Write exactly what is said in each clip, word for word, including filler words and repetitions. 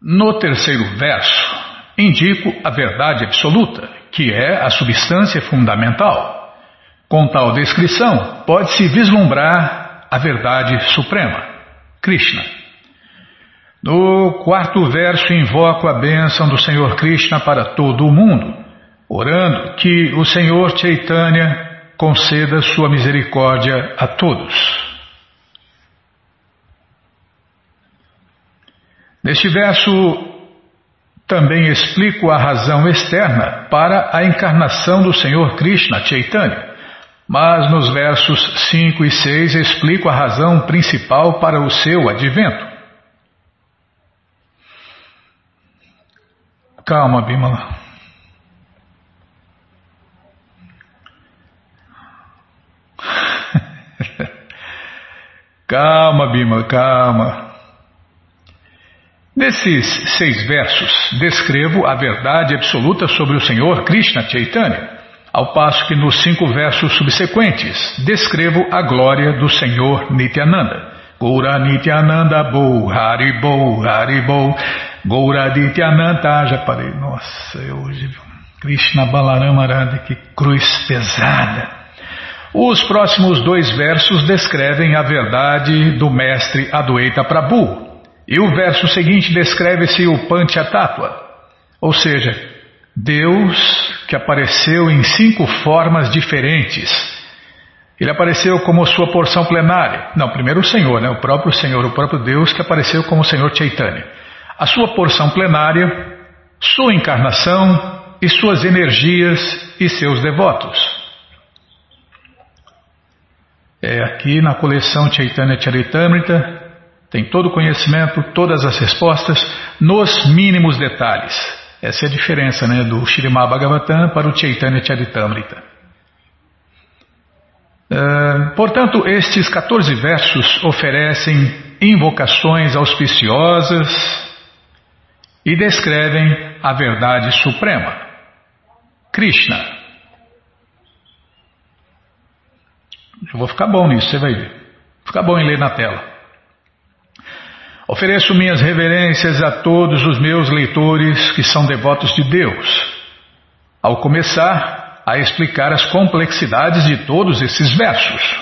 No terceiro verso, indico a verdade absoluta, que é a substância fundamental. Com tal descrição, pode-se vislumbrar a verdade suprema, Krishna. No quarto verso, invoco a bênção do Senhor Krishna para todo o mundo, orando que o Senhor Chaitanya conceda sua misericórdia a todos. Neste verso, também explico a razão externa para a encarnação do Senhor Krishna Chaitanya, mas nos versos cinco e seis explico a razão principal para o seu advento. Calma, Bimala. Calma, Bimala, calma. Nesses seis versos, descrevo a verdade absoluta sobre o Senhor Krishna Chaitanya, ao passo que nos cinco versos subsequentes, descrevo a glória do Senhor Nityananda. Gaura Nityananda Bo, Hari Bo, Hari Bo, Gaura Nityananda, já parei, nossa, eu hoje, Krishna Balarama Radha, que cruz pesada. Os próximos dois versos descrevem a verdade do mestre Adwaita Prabhu. E o verso seguinte descreve-se o Panchatattva, ou seja, Deus que apareceu em cinco formas diferentes. Ele apareceu como sua porção plenária. Não, primeiro o Senhor, né? O próprio Senhor, o próprio Deus que apareceu como o Senhor Chaitanya. A sua porção plenária, sua encarnação e suas energias e seus devotos. É aqui na coleção Chaitanya Charitamrita. Tem todo o conhecimento, todas as respostas, nos mínimos detalhes. Essa é a diferença, né, do Śrīmad Bhagavatam para o Chaitanya Charitamrita. Uh, portanto, estes quatorze versos oferecem invocações auspiciosas e descrevem a verdade suprema, Krishna. Eu vou ficar bom nisso, você vai ver. Vou ficar bom em ler na tela. Ofereço minhas reverências a todos os meus leitores que são devotos de Deus, ao começar a explicar as complexidades de todos esses versos.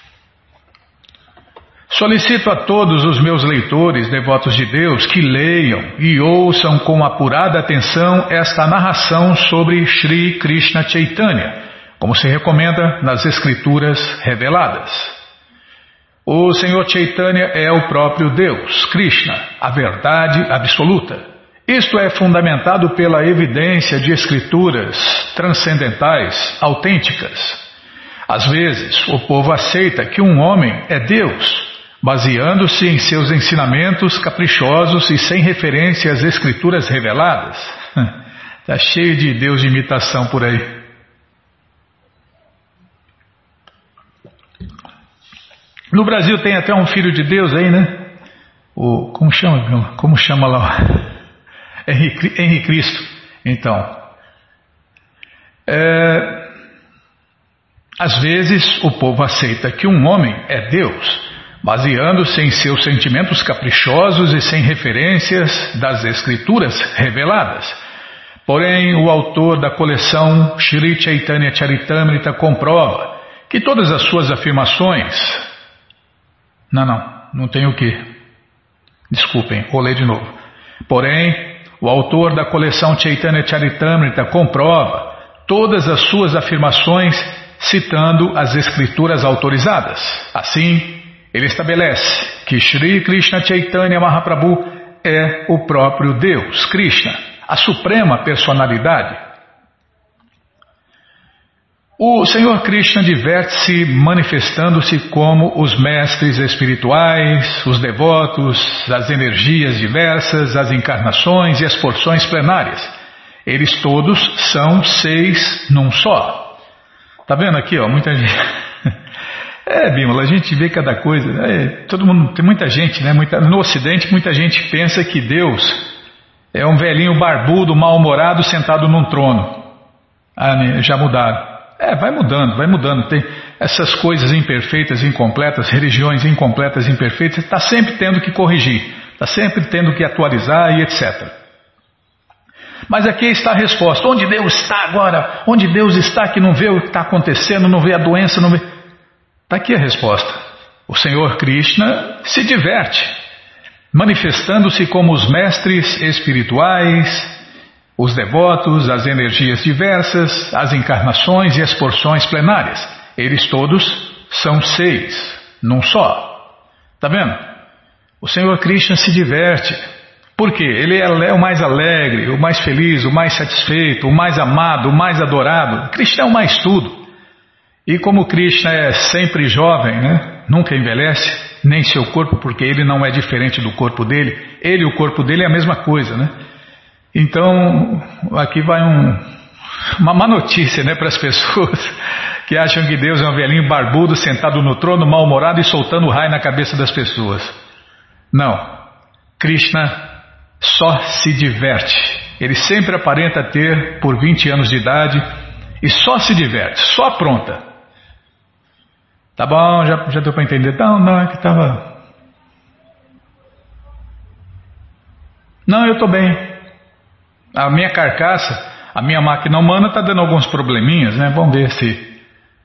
Solicito a todos os meus leitores devotos de Deus que leiam e ouçam com apurada atenção esta narração sobre Shri Krishna Chaitanya, como se recomenda nas Escrituras reveladas. O Senhor Chaitanya é o próprio Deus, Krishna, a verdade absoluta. Isto é fundamentado pela evidência de escrituras transcendentais, autênticas. Às vezes, o povo aceita que um homem é Deus, baseando-se em seus ensinamentos caprichosos e sem referência às escrituras reveladas. Está cheio de Deus de imitação por aí. No Brasil tem até um filho de Deus aí, né? O, como chama? Como chama lá? Henrique, Henrique Cristo. Então, é, às vezes o povo aceita que um homem é Deus, baseando-se em seus sentimentos caprichosos e sem referências das escrituras reveladas. Porém, o autor da coleção Shri Chaitanya Charitamrita comprova que todas as suas afirmações... Não, não, não tem o que. Desculpem, vou ler de novo. Porém, o autor da coleção Chaitanya Charitamrita comprova todas as suas afirmações citando as escrituras autorizadas. Assim, ele estabelece que Shri Krishna Chaitanya Mahaprabhu é o próprio Deus, Krishna, a suprema personalidade. O Senhor Krishna diverte-se manifestando-se como os mestres espirituais, os devotos, as energias diversas, as encarnações e as porções plenárias. Eles todos são seis num só. Tá vendo aqui, ó, muita gente... É, Bímola, a gente vê cada coisa. É, todo mundo, tem muita gente, né? Muita, no Ocidente, muita gente pensa que Deus é um velhinho barbudo, mal-humorado, sentado num trono. Ah, né, já mudaram. É, vai mudando, vai mudando. Tem essas coisas imperfeitas, incompletas, religiões incompletas, imperfeitas, está sempre tendo que corrigir, está Está sempre tendo que atualizar e etcétera. Mas aqui está a resposta. Onde Deus está agora? Onde Deus está que não vê o que está acontecendo, não vê a doença, não vê... Está aqui a resposta. O Senhor Krishna se diverte, manifestando-se como os mestres espirituais, os devotos, as energias diversas, as encarnações e as porções plenárias. Eles todos são seis, num só. Está vendo? O Senhor Krishna se diverte. Por quê? Ele é o mais alegre, o mais feliz, o mais satisfeito, o mais amado, o mais adorado. Krishna é o mais tudo. E como Krishna é sempre jovem, né? Nunca envelhece, nem seu corpo, porque ele não é diferente do corpo dele. Ele e o corpo dele é a mesma coisa, né? Então, aqui vai um, uma má notícia, né, para as pessoas que acham que Deus é um velhinho barbudo sentado no trono, mal-humorado e soltando raio na cabeça das pessoas. Não. Krishna só se diverte. Ele sempre aparenta ter por vinte anos de idade e só se diverte, só apronta. Tá bom, já, já deu para entender? Não, não, é que estava... Não, eu estou bem. A minha carcaça, a minha máquina humana está dando alguns probleminhas, né? Vamos ver se,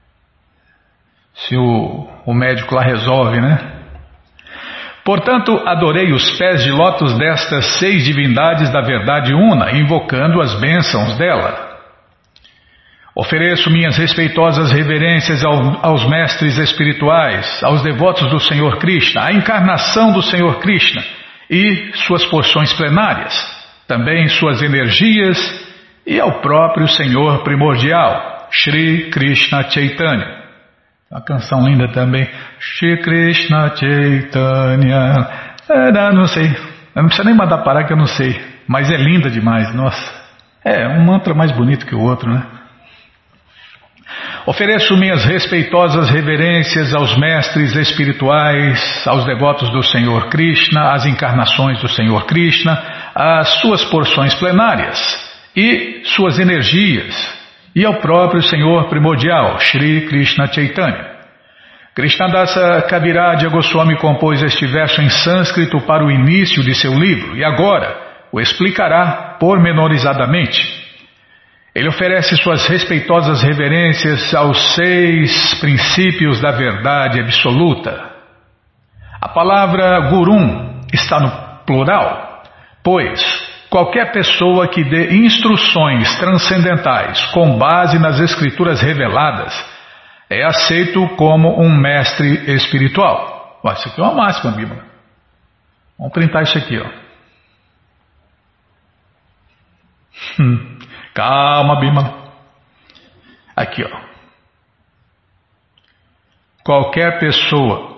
se o, o médico lá resolve, né? Portanto, adorei os pés de lótus destas seis divindades da verdade una, invocando as bênçãos dela. Ofereço minhas respeitosas reverências ao, aos mestres espirituais, aos devotos do Senhor Krishna, à encarnação do Senhor Krishna e suas porções plenárias, também suas energias e ao próprio Senhor primordial, Shri Krishna Chaitanya. Uma canção linda também. Shri Krishna Chaitanya. É, não sei. Eu não precisa nem mandar parar que eu não sei. Mas é linda demais, nossa. É, um mantra mais bonito que o outro, né? Ofereço minhas respeitosas reverências aos mestres espirituais, aos devotos do Senhor Krishna, às encarnações do Senhor Krishna, às suas porções plenárias e suas energias, e ao próprio Senhor primordial, Shri Krishna Chaitanya. Krishnadasa Kaviraj Goswami compôs este verso em sânscrito para o início de seu livro e agora o explicará pormenorizadamente. Ele oferece suas respeitosas reverências aos seis princípios da verdade absoluta. A palavra gurum está no plural, pois qualquer pessoa que dê instruções transcendentais com base nas escrituras reveladas é aceito como um mestre espiritual. Ó, isso aqui é uma máxima, Bíblia. Vamos printar isso aqui, ó. Hum. Calma, Bímola. Aqui, ó. Qualquer pessoa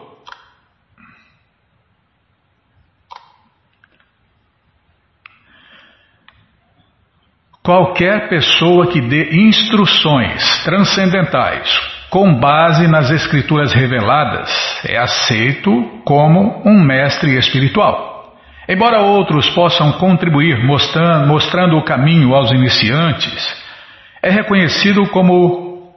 qualquer pessoa que dê instruções transcendentais com base nas escrituras reveladas é aceito como um mestre espiritual. Embora outros possam contribuir mostrando, mostrando o caminho aos iniciantes, é reconhecido como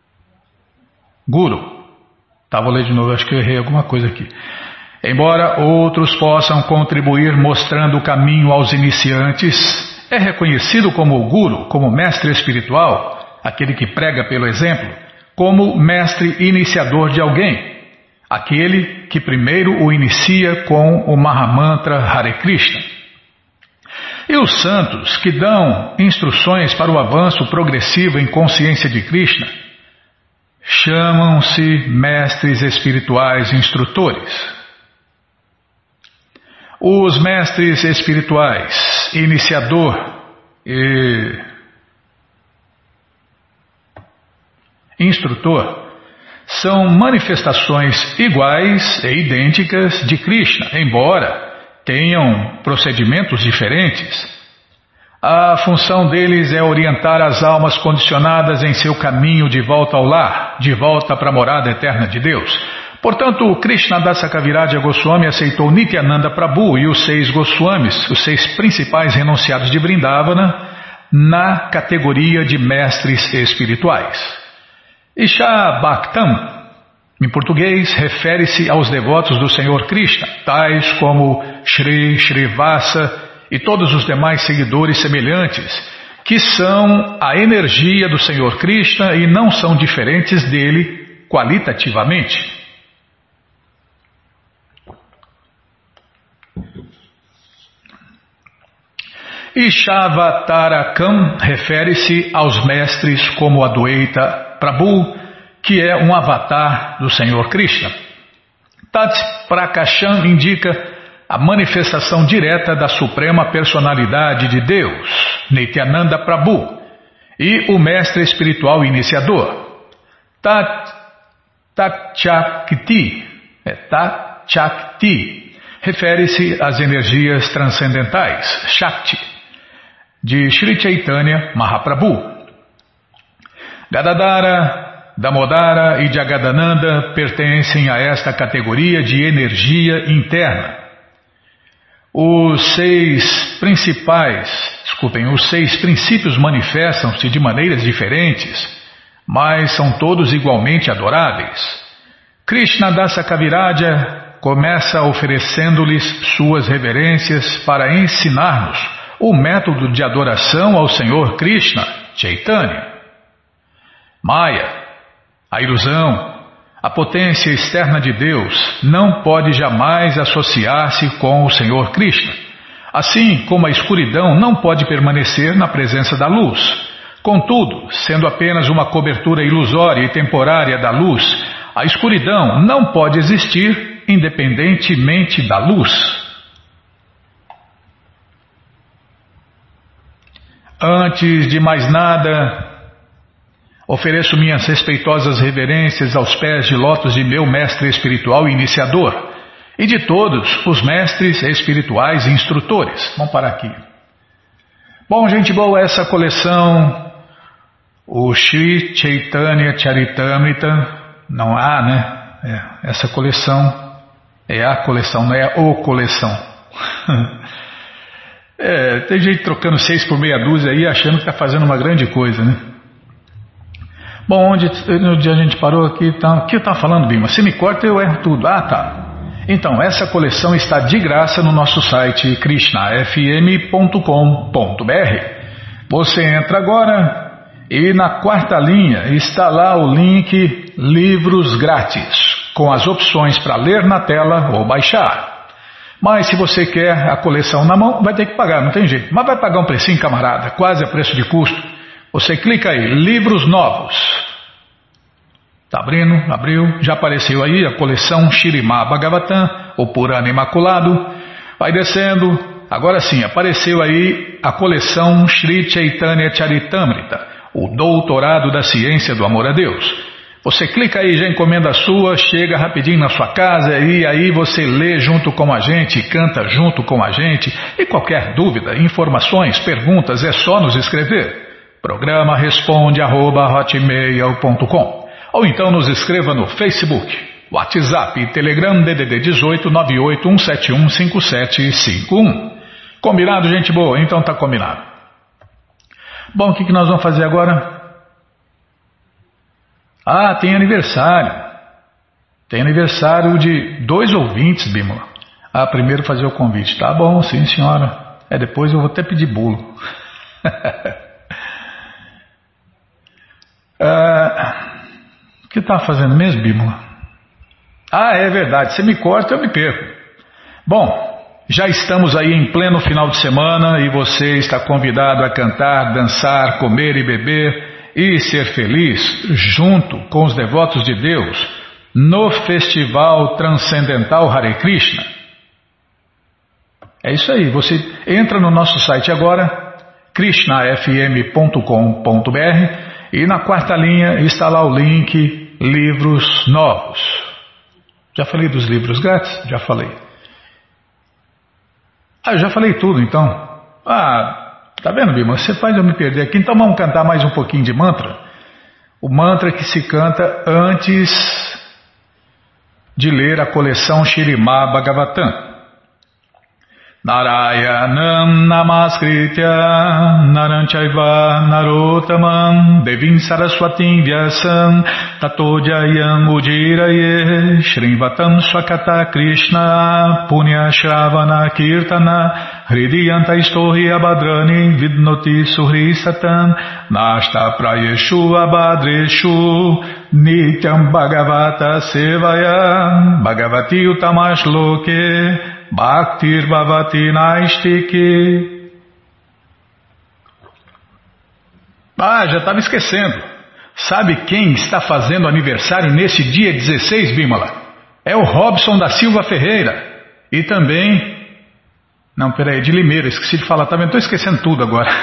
guru. Tá, vou ler de novo, acho que eu errei alguma coisa aqui. Embora outros possam contribuir mostrando o caminho aos iniciantes, é reconhecido como guru, como mestre espiritual, aquele que prega pelo exemplo, como mestre iniciador de alguém. Aquele que primeiro o inicia com o Mahamantra Hare Krishna. E os santos que dão instruções para o avanço progressivo em consciência de Krishna chamam-se mestres espirituais instrutores. Os mestres espirituais, iniciador e instrutor, são manifestações iguais e idênticas de Krishna, embora tenham procedimentos diferentes. A função deles é orientar as almas condicionadas em seu caminho de volta ao lar, de volta para a morada eterna de Deus. Portanto, Krishnadasa Kaviraj Goswami aceitou Nityananda Prabhu e os seis Goswamis, os seis principais renunciados de Vrindavana, na categoria de mestres espirituais. Isha Bhaktam, Em português, refere-se aos devotos do Senhor Krishna, tais como Shri Shrivasa e todos os demais seguidores semelhantes, que são a energia do Senhor Krishna e não são diferentes dele qualitativamente. Ishavatarakam refere-se aos mestres como Adwaita Prabhu, que é um avatar do Senhor Krishna. Tat Prakasham indica a manifestação direta da Suprema Personalidade de Deus, Nityananda Prabhu, e o mestre espiritual iniciador. Tat Chakti, é Tat Chakti, refere-se às energias transcendentais, Shakti, de Sri Chaitanya Mahaprabhu. Gadadhara, Damodara e Jagadananda pertencem a esta categoria de energia interna. Os seis principais, desculpem, os seis princípios manifestam-se de maneiras diferentes, mas são todos igualmente adoráveis. Krishna Dasa Kaviraja começa oferecendo-lhes suas reverências para ensinar-nos o método de adoração ao Senhor Krishna, Chaitanya. Maya, a ilusão, a potência externa de Deus, não pode jamais associar-se com o Senhor Krishna, assim como a escuridão não pode permanecer na presença da luz. Contudo, sendo apenas uma cobertura ilusória e temporária da luz, a escuridão não pode existir independentemente da luz. Antes de mais nada, ofereço minhas respeitosas reverências aos pés de lótus de meu mestre espiritual e iniciador e de todos os mestres espirituais e instrutores. Vamos parar aqui. Bom, gente boa, essa coleção, o Sri Chaitanya Charitamrita, não há, né? É, essa coleção é a coleção, não é o coleção. É, tem gente trocando seis por meia dúzia aí, achando que está fazendo uma grande coisa, né? Bom, onde no dia a gente parou aqui, tá, o que eu estava falando, Bima? Se me corta eu erro tudo. Ah, tá. Então, essa coleção está de graça no nosso site krishna f m ponto com ponto b r. Você entra agora e na quarta linha está lá o link Livros Grátis, com as opções para ler na tela ou baixar. Mas se você quer a coleção na mão, vai ter que pagar, não tem jeito. Mas vai pagar um precinho, camarada, quase a preço de custo. Você clica aí, Livros Novos. Está abrindo, abriu, já apareceu aí a coleção Śrīmad Bhagavatam, o Purana Imaculado. Vai descendo, agora sim, apareceu aí a coleção Sri Chaitanya Charitamrita, o Doutorado da Ciência do Amor a Deus. Você clica aí, já encomenda a sua, chega rapidinho na sua casa e aí você lê junto com a gente, canta junto com a gente. E qualquer dúvida, informações, perguntas, é só nos escrever. Programa responde arroba hotmail ponto com. Ou então nos escreva no Facebook, WhatsApp e Telegram D D D dezoito nove oito um sete um cinco sete cinco um. Combinado, gente boa? Então tá combinado. Bom, o que, que nós vamos fazer agora? Ah, tem aniversário. Tem aniversário de dois ouvintes, Bímola. Ah, primeiro fazer o convite. Tá bom, sim senhora. É, depois eu vou até pedir bolo. ah, o que está fazendo mesmo, Bímola? Ah, é verdade. Se me corta, eu me perco. Bom, já estamos aí em pleno final de semana e você está convidado a cantar, dançar, comer e beber e ser feliz junto com os devotos de Deus no Festival Transcendental Hare Krishna. É isso aí, você entra no nosso site agora, krishna f m ponto com ponto b r, e na quarta linha está lá o link Livros Novos. Já falei dos livros grátis? Já falei. Ah, eu já falei tudo então. Ah, tá vendo, Bima? Você faz eu me perder aqui. Então vamos cantar mais um pouquinho de mantra. O mantra que se canta antes de ler a coleção Śrīmad Bhagavatam. Narayanam namaskritya naranchaiva narotamam devim saraswatim vyasam tato jayam ujiraye shrivatam swakata krishna punya shravana kirtana hridiyanta istohi abadrani vidnoti suhri satam nashta prayeshu abadreshu nityam bhagavata sevaya bhagavati utamash loke Bhaktir Bhavati Naistiki. Ah, já estava esquecendo. Sabe quem está fazendo aniversário nesse dia dezesseis, Bímola? É o Robson da Silva Ferreira. E também... Não, peraí, de Limeira, esqueci de falar, tá vendo? Estou esquecendo tudo agora.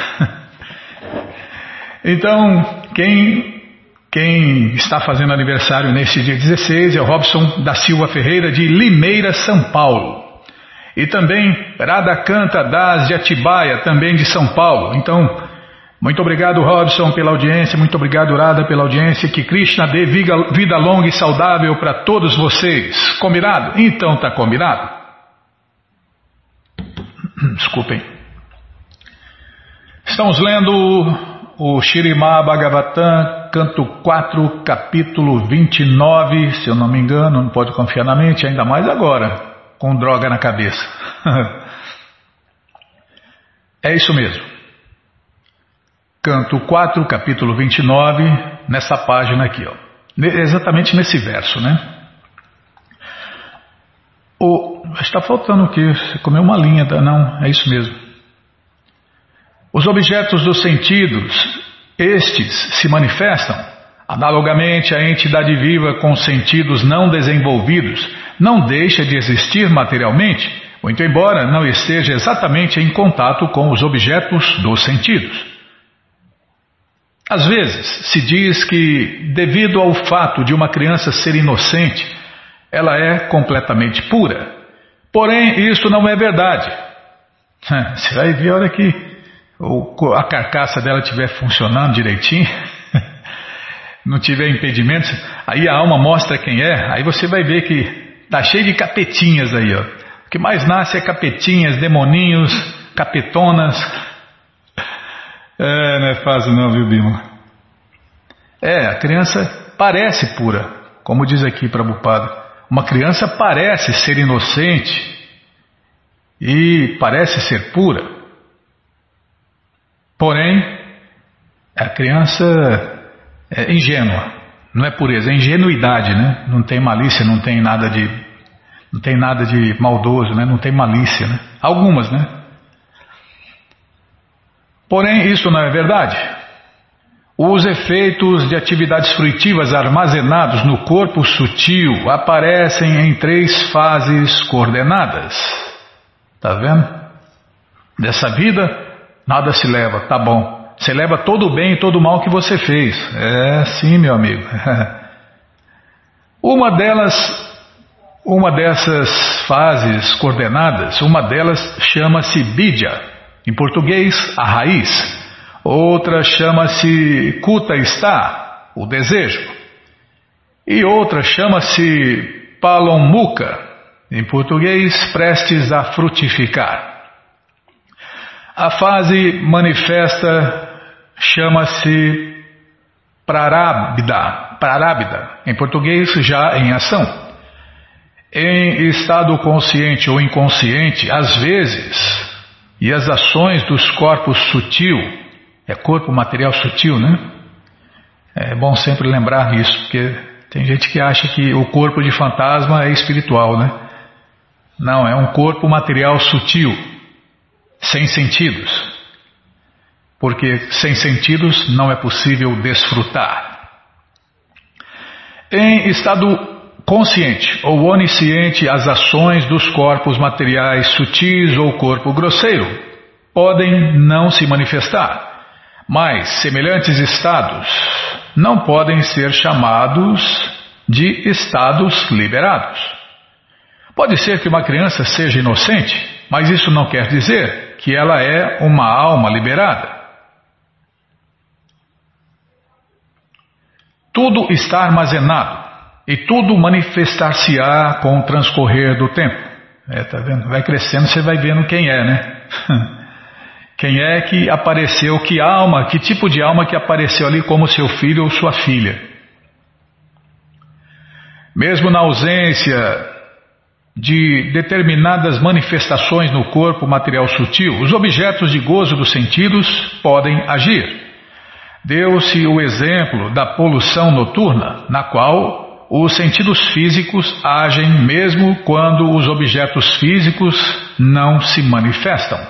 Então, quem... Quem está fazendo aniversário nesse dia dezesseis é o Robson da Silva Ferreira de Limeira, São Paulo. E também Radhakanta Das de Atibaia, também de São Paulo. Então, muito obrigado, Robson, pela audiência, muito obrigado, Radha, pela audiência, que Krishna dê vida longa e saudável para todos vocês. Combinado? Então tá combinado. Desculpem. Estamos lendo o Śrīmad Bhagavatam, canto quatro, capítulo vinte e nove, se eu não me engano, não pode confiar na mente, ainda mais agora. Com droga na cabeça. É isso mesmo. Canto quatro, capítulo vinte e nove, nessa página aqui, ó. Exatamente nesse verso, né? O, está faltando o quê? Você comeu uma linha, não, é isso mesmo. Os objetos dos sentidos, estes se manifestam analogamente à entidade viva com sentidos não desenvolvidos, não deixa de existir materialmente, muito embora não esteja exatamente em contato com os objetos dos sentidos. Às vezes se diz que, devido ao fato de uma criança ser inocente, ela é completamente pura. Porém, isso não é verdade. Você vai ver a hora que a carcaça dela estiver funcionando direitinho, não tiver impedimentos, aí a alma mostra quem é, aí você vai ver que está cheio de capetinhas aí, ó. O que mais nasce é capetinhas, demoninhos, capetonas. É, não é fácil não, viu, Bímola? É, a criança parece pura, como diz aqui Prabhupada. Uma criança parece ser inocente e parece ser pura. Porém, a criança é ingênua. Não é pureza, é ingenuidade, né? Não tem malícia, não tem nada de, não tem nada de maldoso, né? Não tem malícia, né? Algumas, né? Porém, isso não é verdade. Os efeitos de atividades fruitivas armazenados no corpo sutil aparecem em três fases coordenadas. Tá vendo? Dessa vida, nada se leva, tá bom. Você leva todo o bem e todo o mal que você fez. É, sim, meu amigo. Uma delas, uma dessas fases coordenadas, uma delas chama-se Bidya, em português, a raiz. Outra chama-se Kutaistha, o desejo. E outra chama-se Palomukha, em português, prestes a frutificar. A fase manifesta chama-se Prarabdha, Prarabdha, em português, já em ação. Em estado consciente ou inconsciente, às vezes, e as ações dos corpos sutil, é corpo material sutil, né? É bom sempre lembrar isso, porque tem gente que acha que o corpo de fantasma é espiritual, né? Não, é um corpo material sutil, sem sentidos. Porque sem sentidos não é possível desfrutar. Em estado consciente ou onisciente, as ações dos corpos materiais sutis ou corpo grosseiro podem não se manifestar, mas semelhantes estados não podem ser chamados de estados liberados. Pode ser que uma criança seja inocente, mas isso não quer dizer que ela é uma alma liberada. Tudo está armazenado e tudo manifestar-se-á com o transcorrer do tempo. É, tá vendo? Vai crescendo, você vai vendo quem é, né? Quem é que apareceu, que alma, que tipo de alma que apareceu ali como seu filho ou sua filha. Mesmo na ausência de determinadas manifestações no corpo material sutil, os objetos de gozo dos sentidos podem agir. Deu-se o exemplo da poluição noturna, na qual os sentidos físicos agem mesmo quando os objetos físicos não se manifestam.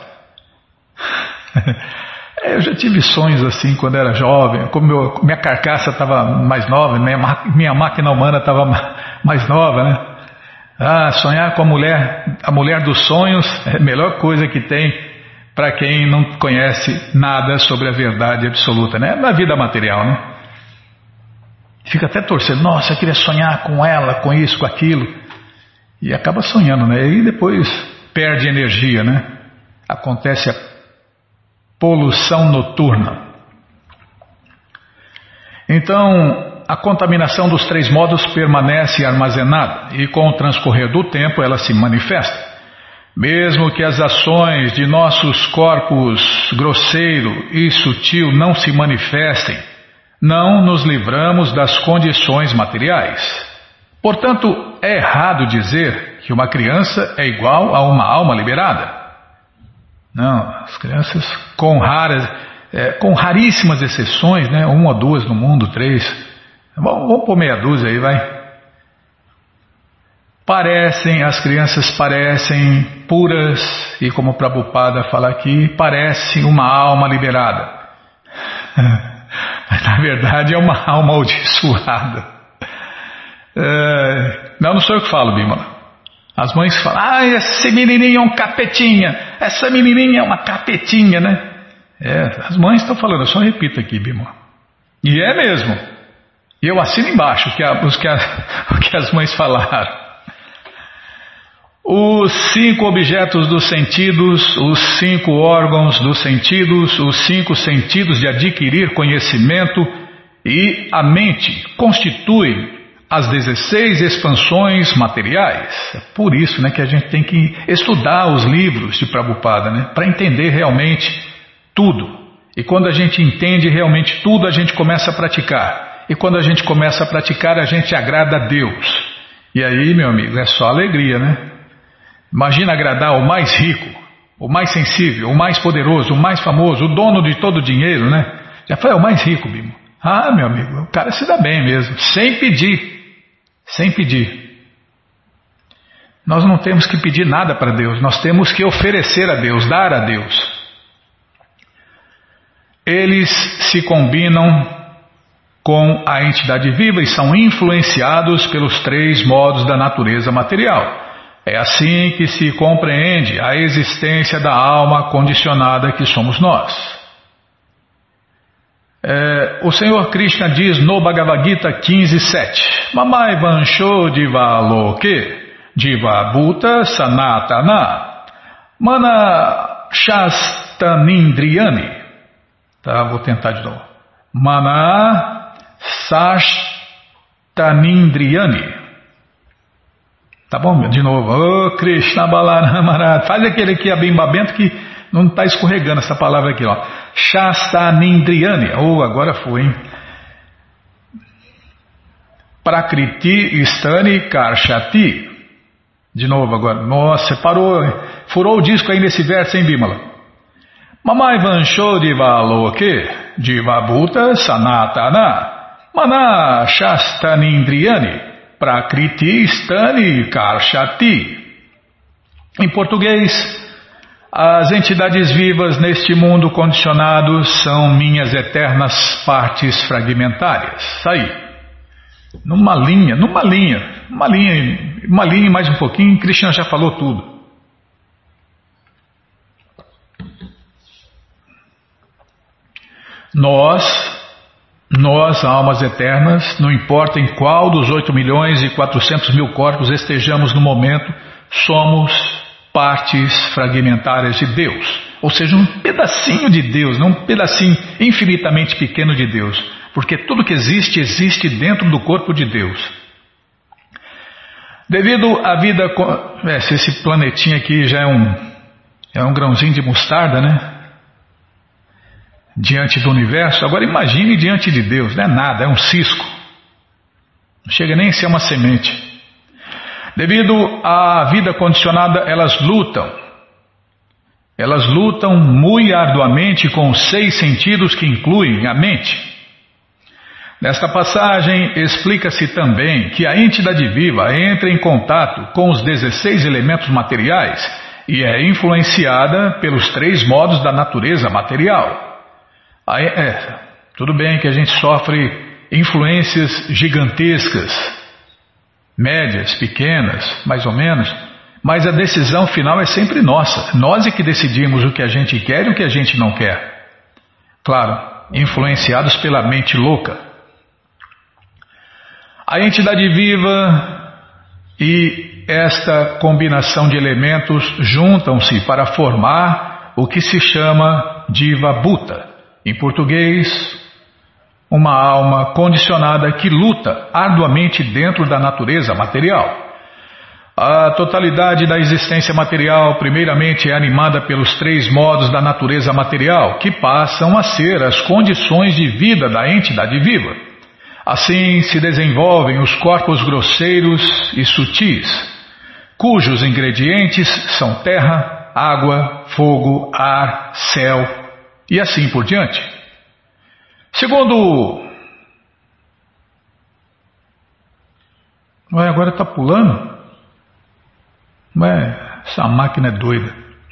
Eu já tive sonhos assim quando era jovem, como meu, minha carcaça estava mais nova, minha, minha máquina humana estava mais nova, né? Ah, sonhar com a mulher, a mulher dos sonhos é a melhor coisa que tem para quem não conhece nada sobre a verdade absoluta, né? Na vida material, né? Fica até torcendo, nossa, eu queria sonhar com ela, com isso, com aquilo. E acaba sonhando, né? E depois perde energia, né? Acontece a poluição noturna. Então, a contaminação dos três modos permanece armazenada e com o transcorrer do tempo ela se manifesta. Mesmo que as ações de nossos corpos grosseiro e sutil não se manifestem, não nos livramos das condições materiais. Portanto, é errado dizer que uma criança é igual a uma alma liberada. Não, as crianças com raras, é, com raríssimas exceções, né, uma ou duas no mundo, três, vamos, vamos pôr meia dúzia aí, vai. Parecem, as crianças parecem puras, e como o Prabhupada fala aqui, parece uma alma liberada. Mas na verdade é uma alma amaldiçoada. É, não, não sou eu que falo, Bimala. As mães falam, ah, esse menininho é um capetinha, essa menininha é uma capetinha, né? É, as mães estão falando, eu só repito aqui, Bimala. E é mesmo. E eu assino embaixo que a, os que a, o que as mães falaram. Os cinco objetos dos sentidos, os cinco órgãos dos sentidos, os cinco sentidos de adquirir conhecimento e a mente constituem as dezesseis expansões materiais. É por isso, né, que a gente tem que estudar os livros de Prabhupada, né, para entender realmente tudo. E quando a gente entende realmente tudo, a gente começa a praticar. E quando a gente começa a praticar, a gente agrada a Deus. E aí, meu amigo, é só alegria, né? Imagina agradar o mais rico, o mais sensível, o mais poderoso, o mais famoso, o dono de todo o dinheiro, né? Já foi o mais rico, Bimo. Ah, meu amigo, o cara se dá bem mesmo, sem pedir, sem pedir. Nós não temos que pedir nada para Deus, nós temos que oferecer a Deus, dar a Deus. Eles se combinam com a entidade viva e são influenciados pelos três modos da natureza material. É assim que se compreende a existência da alma condicionada que somos nós. É, o Senhor Krishna diz no Bhagavad Gita quinze, sete: Mamai Vansho Diva Loke Diva Bhuta Sanatana Mana Shastanindriyani. Tá, vou tentar de novo. Mana Shastanindriyani. Tá bom? De novo. Ô oh, Krishna Balarama. Faz aquele aqui abimbamento que não está escorregando essa palavra aqui, ó. Shastanindriyani. Oh, agora foi, hein? Prakriti Stani Karshati. De novo agora. Nossa, parou. Furou o disco aí nesse verso, hein, Bimala? Mamai Vansho Diva Loke Diva Bhuta Sanatana Mana Shastanindriyani Prakriti Stani Karshati. Em português, as entidades vivas neste mundo condicionado são minhas eternas partes fragmentárias. Aí, numa linha, numa linha, uma linha, uma linha e mais um pouquinho, Krishna já falou tudo. Nós, nós, almas eternas, não importa em qual dos oito milhões e quatrocentos mil corpos estejamos no momento, somos partes fragmentárias de Deus. Ou seja, um pedacinho de Deus, não um pedacinho infinitamente pequeno de Deus. Porque tudo que existe, existe dentro do corpo de Deus. Devido à vida... É, se esse planetinha aqui já é um, é um grãozinho de mostarda, né? Diante do universo, agora imagine diante de Deus, não é nada, é um cisco. Não chega nem a ser uma semente. Devido à vida condicionada, elas lutam. Elas lutam muito arduamente com os seis sentidos que incluem a mente. Nesta passagem, explica-se também que a entidade viva entra em contato com os dezesseis elementos materiais e é influenciada pelos três modos da natureza material. Aí, é, tudo bem que a gente sofre influências gigantescas, médias, pequenas, mais ou menos, mas a decisão final é sempre nossa. Nós é que decidimos o que a gente quer e o que a gente não quer. Claro, influenciados pela mente louca. A entidade viva e esta combinação de elementos juntam-se para formar o que se chama Jiva Bhuta. Em português, uma alma condicionada que luta arduamente dentro da natureza material. A totalidade da existência material, primeiramente, é animada pelos três modos da natureza material, que passam a ser as condições de vida da entidade viva. Assim se desenvolvem os corpos grosseiros e sutis, cujos ingredientes são terra, água, fogo, ar, céu, e assim por diante. Segundo... Ué, agora está pulando? Ué, essa máquina é doida.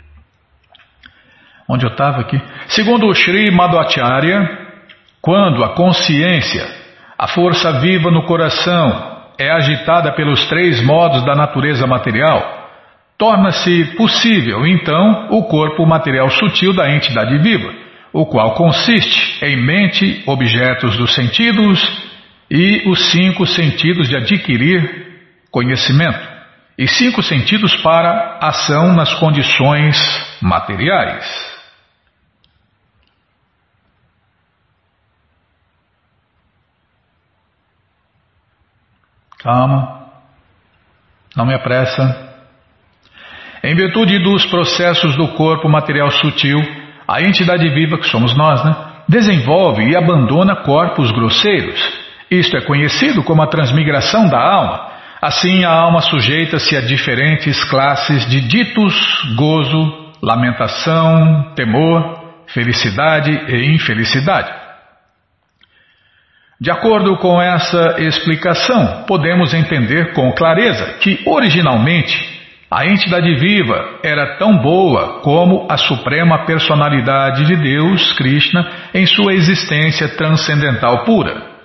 Onde eu estava aqui? Segundo o Sri Madhvacharya, quando a consciência, a força viva no coração, é agitada pelos três modos da natureza material, torna-se possível, então, o corpo material sutil da entidade viva, o qual consiste em mente, objetos dos sentidos e os cinco sentidos de adquirir conhecimento, e cinco sentidos para ação nas condições materiais. Calma, não me apressa. Em virtude dos processos do corpo material sutil, a entidade viva, que somos nós, né, desenvolve e abandona corpos grosseiros. Isto é conhecido como a transmigração da alma. Assim, a alma sujeita-se a diferentes classes de ditos, gozo, lamentação, temor, felicidade e infelicidade. De acordo com essa explicação, podemos entender com clareza que, originalmente, a entidade viva era tão boa como a suprema personalidade de Deus, Krishna, em sua existência transcendental pura.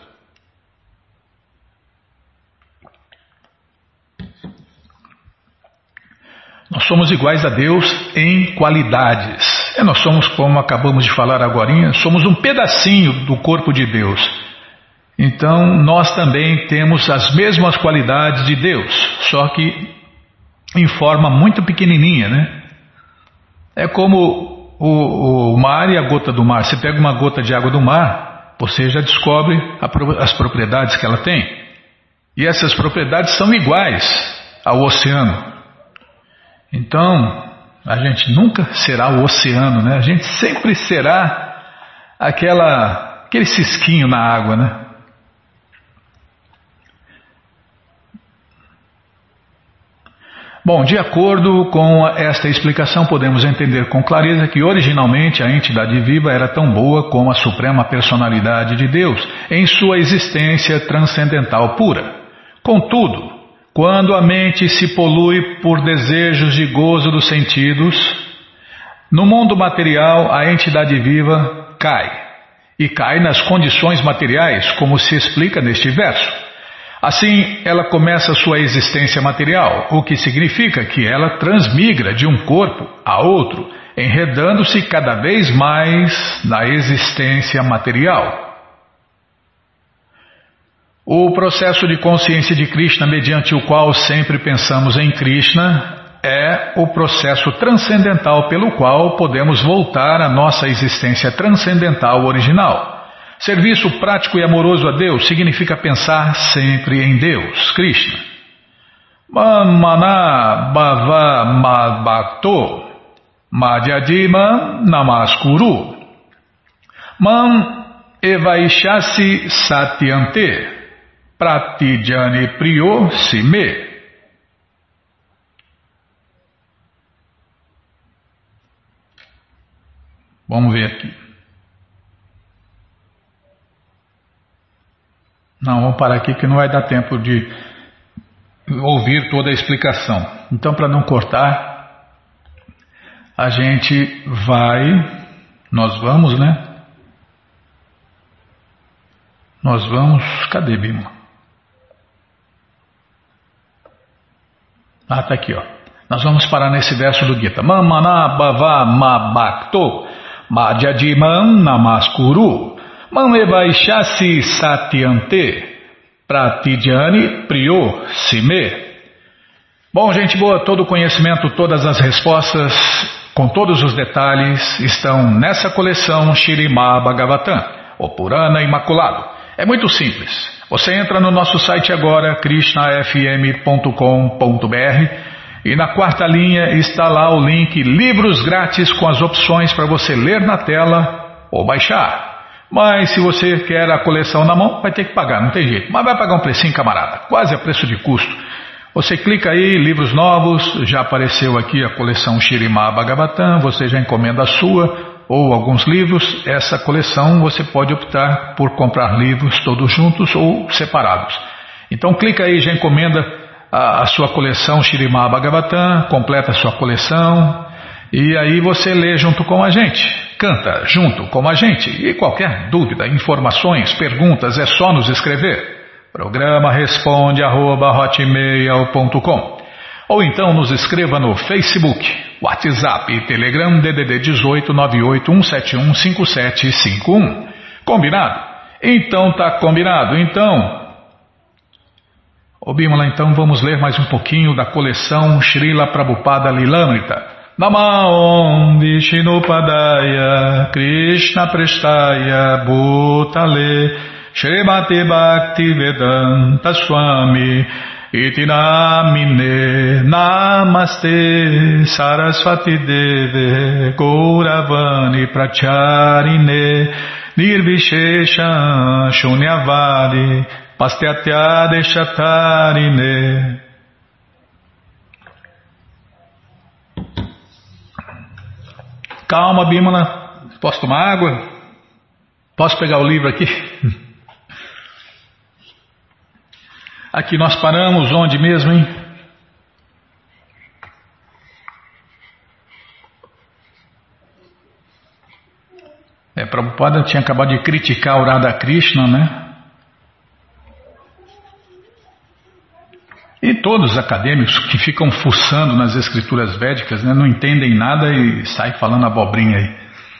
Nós somos iguais a Deus em qualidades. E nós somos, como acabamos de falar agora, somos um pedacinho do corpo de Deus. Então, nós também temos as mesmas qualidades de Deus, só que em forma muito pequenininha, né? É como o, o mar e a gota do mar. Você pega uma gota de água do mar, você já descobre a, as propriedades que ela tem. E essas propriedades são iguais ao oceano. Então, a gente nunca será o oceano, né? A gente sempre será aquela, aquele cisquinho na água, né? Bom, de acordo com esta explicação, podemos entender com clareza que originalmente a entidade viva era tão boa como a suprema personalidade de Deus, em sua existência transcendental pura. Contudo, quando a mente se polui por desejos de gozo dos sentidos, no mundo material a entidade viva cai, e cai nas condições materiais, como se explica neste verso. Assim, ela começa sua existência material, o que significa que ela transmigra de um corpo a outro, enredando-se cada vez mais na existência material. O processo de consciência de Krishna, mediante o qual sempre pensamos em Krishna, é o processo transcendental pelo qual podemos voltar à nossa existência transcendental original. Serviço prático e amoroso a Deus significa pensar sempre em Deus, Krishna. Mana bhava madbhakto madhyadima namaskuru mam evaishasi satyante pratijani priyo sime. Vamos ver aqui. Não, vamos parar aqui que não vai dar tempo de ouvir toda a explicação. Então, para não cortar, a gente vai, nós vamos, né? Nós vamos, cadê, Bima? Ah, tá aqui, ó. Nós vamos parar nesse verso do Gita. Mamana bhava mabhakto madhyadimam namaskuru mam evaishasi satyante pratijani priyo sime. Bom, gente boa, todo o conhecimento, todas as respostas, com todos os detalhes, estão nessa coleção Śrīmad Bhagavatam, o Purana Imaculado. É muito simples. Você entra no nosso site agora, krishna f m ponto com ponto b r, e na quarta linha está lá o link Livros Grátis com as opções para você ler na tela ou baixar. Mas se você quer a coleção na mão, vai ter que pagar, não tem jeito. Mas vai pagar um precinho, camarada, quase a preço de custo. Você clica aí, livros novos, já apareceu aqui a coleção Śrīmad Bhagavatam, você já encomenda a sua, ou alguns livros. Essa coleção você pode optar por comprar livros todos juntos ou separados. Então clica aí, já encomenda a, a sua coleção Śrīmad Bhagavatam, completa a sua coleção, e aí você lê junto com a gente, canta junto com a gente. E qualquer dúvida, informações, perguntas, é só nos escrever. Programa responde arroba hotmail ponto com. Ou então nos escreva no Facebook, WhatsApp e Telegram D D D dezoito nove oito um sete um cinco sete cinco um. Combinado? Então tá combinado. Então, ô Bimala, então vamos ler mais um pouquinho da coleção Srila Prabhupada Lilamrita. Namaon Vishnupadaya Krishna Prestaya Bhutale Srimati Bhakti Vedanta Swami Iti Namine Namaste Saraswati Deve Gauravani Pracharine Nirvishesha Shunyavadi Pastyatya Deshatarine. Calma, Bimala, posso tomar água? Posso pegar o livro aqui? Aqui nós paramos, onde mesmo, hein? É, Prabhupada tinha acabado de criticar o Radhakrishna, né? E todos os acadêmicos que ficam fuçando nas escrituras védicas, né, não entendem nada e saem falando abobrinha aí.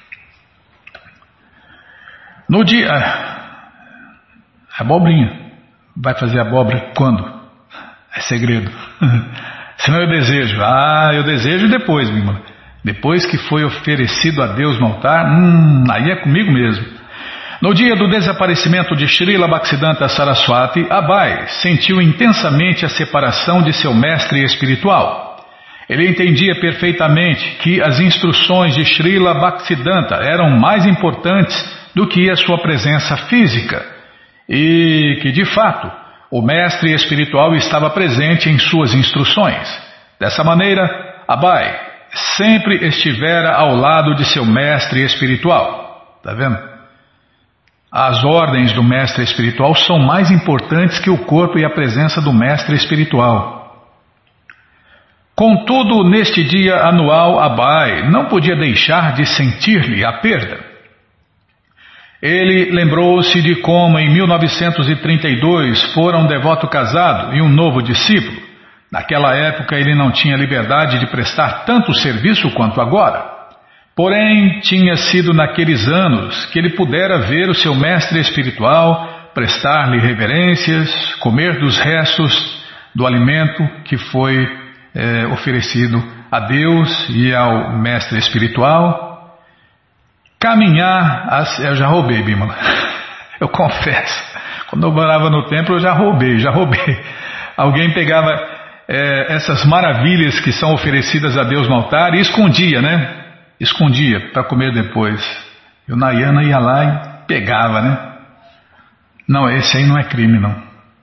No dia... Abobrinha. Vai fazer abóbora quando? É segredo. Senão eu desejo. Ah, eu desejo depois, meu irmão. Depois que foi oferecido a Deus no altar, hum, aí é comigo mesmo. No dia do desaparecimento de Srila Bhaktisiddhanta Saraswati, Abai sentiu intensamente a separação de seu mestre espiritual. Ele entendia perfeitamente que as instruções de Srila Bhaktisiddhanta eram mais importantes do que a sua presença física e que, de fato, o mestre espiritual estava presente em suas instruções. Dessa maneira, Abai sempre estivera ao lado de seu mestre espiritual. Está vendo? As ordens do mestre espiritual são mais importantes que o corpo e a presença do mestre espiritual. Contudo, neste dia anual, Abai não podia deixar de sentir-lhe a perda. Ele lembrou-se de como em mil novecentos e trinta e dois fora um devoto casado e um novo discípulo. Naquela época ele não tinha liberdade de prestar tanto serviço quanto agora. Porém, tinha sido naqueles anos que ele pudera ver o seu mestre espiritual, prestar-lhe reverências, comer dos restos do alimento que foi é, oferecido a Deus e ao mestre espiritual, caminhar, a, eu já roubei, Bimala, eu confesso, quando eu morava no templo eu já roubei, já roubei, alguém pegava é, essas maravilhas que são oferecidas a Deus no altar e escondia, né? Escondia para comer depois. E o Nayana ia lá e pegava, né? Não, esse aí não é crime, não.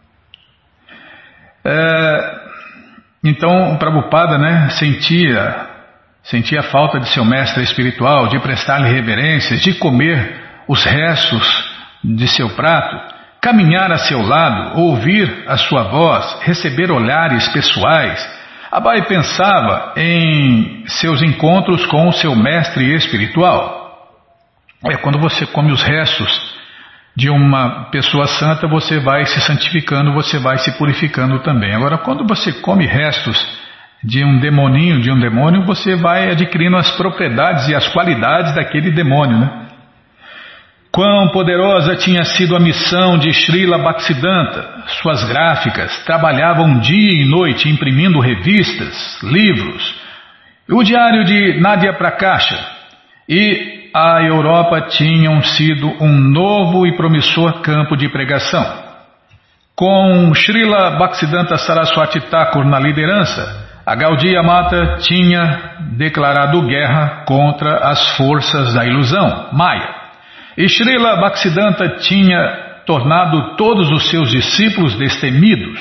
É, então, o Prabhupada, né, sentia, sentia a falta de seu mestre espiritual, de prestar-lhe reverências, de comer os restos de seu prato, caminhar a seu lado, ouvir a sua voz, receber olhares pessoais. Abai pensava em seus encontros com o seu mestre espiritual. É quando você come os restos de uma pessoa santa, você vai se santificando, você vai se purificando também. Agora, quando você come restos de um demoninho, de um demônio, você vai adquirindo as propriedades e as qualidades daquele demônio, né? Quão poderosa tinha sido a missão de Srila Bhaktisiddhanta. Suas gráficas trabalhavam dia e noite imprimindo revistas, livros, o diário de Nadia Prakasha e a Europa tinham sido um novo e promissor campo de pregação. Com Srila Bhaktisiddhanta Saraswati Thakur na liderança, a Gaudiya Mata tinha declarado guerra contra as forças da ilusão, Maya. E Srila Bhaktisiddhanta tinha tornado todos os seus discípulos destemidos.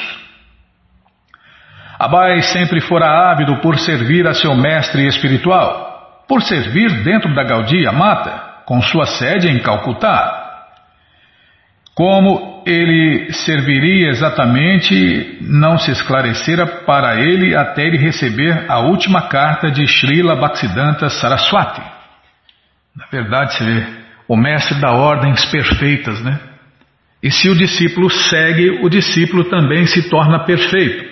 Abai sempre fora ávido por servir a seu mestre espiritual, por servir dentro da Gaudiya Mata, com sua sede em Calcutá. Como ele serviria exatamente não se esclarecera para ele até ele receber a última carta de Srila Bhaktisiddhanta Saraswati. Na verdade, você vê, o mestre dá ordens perfeitas, né? E se o discípulo segue, o discípulo também se torna perfeito.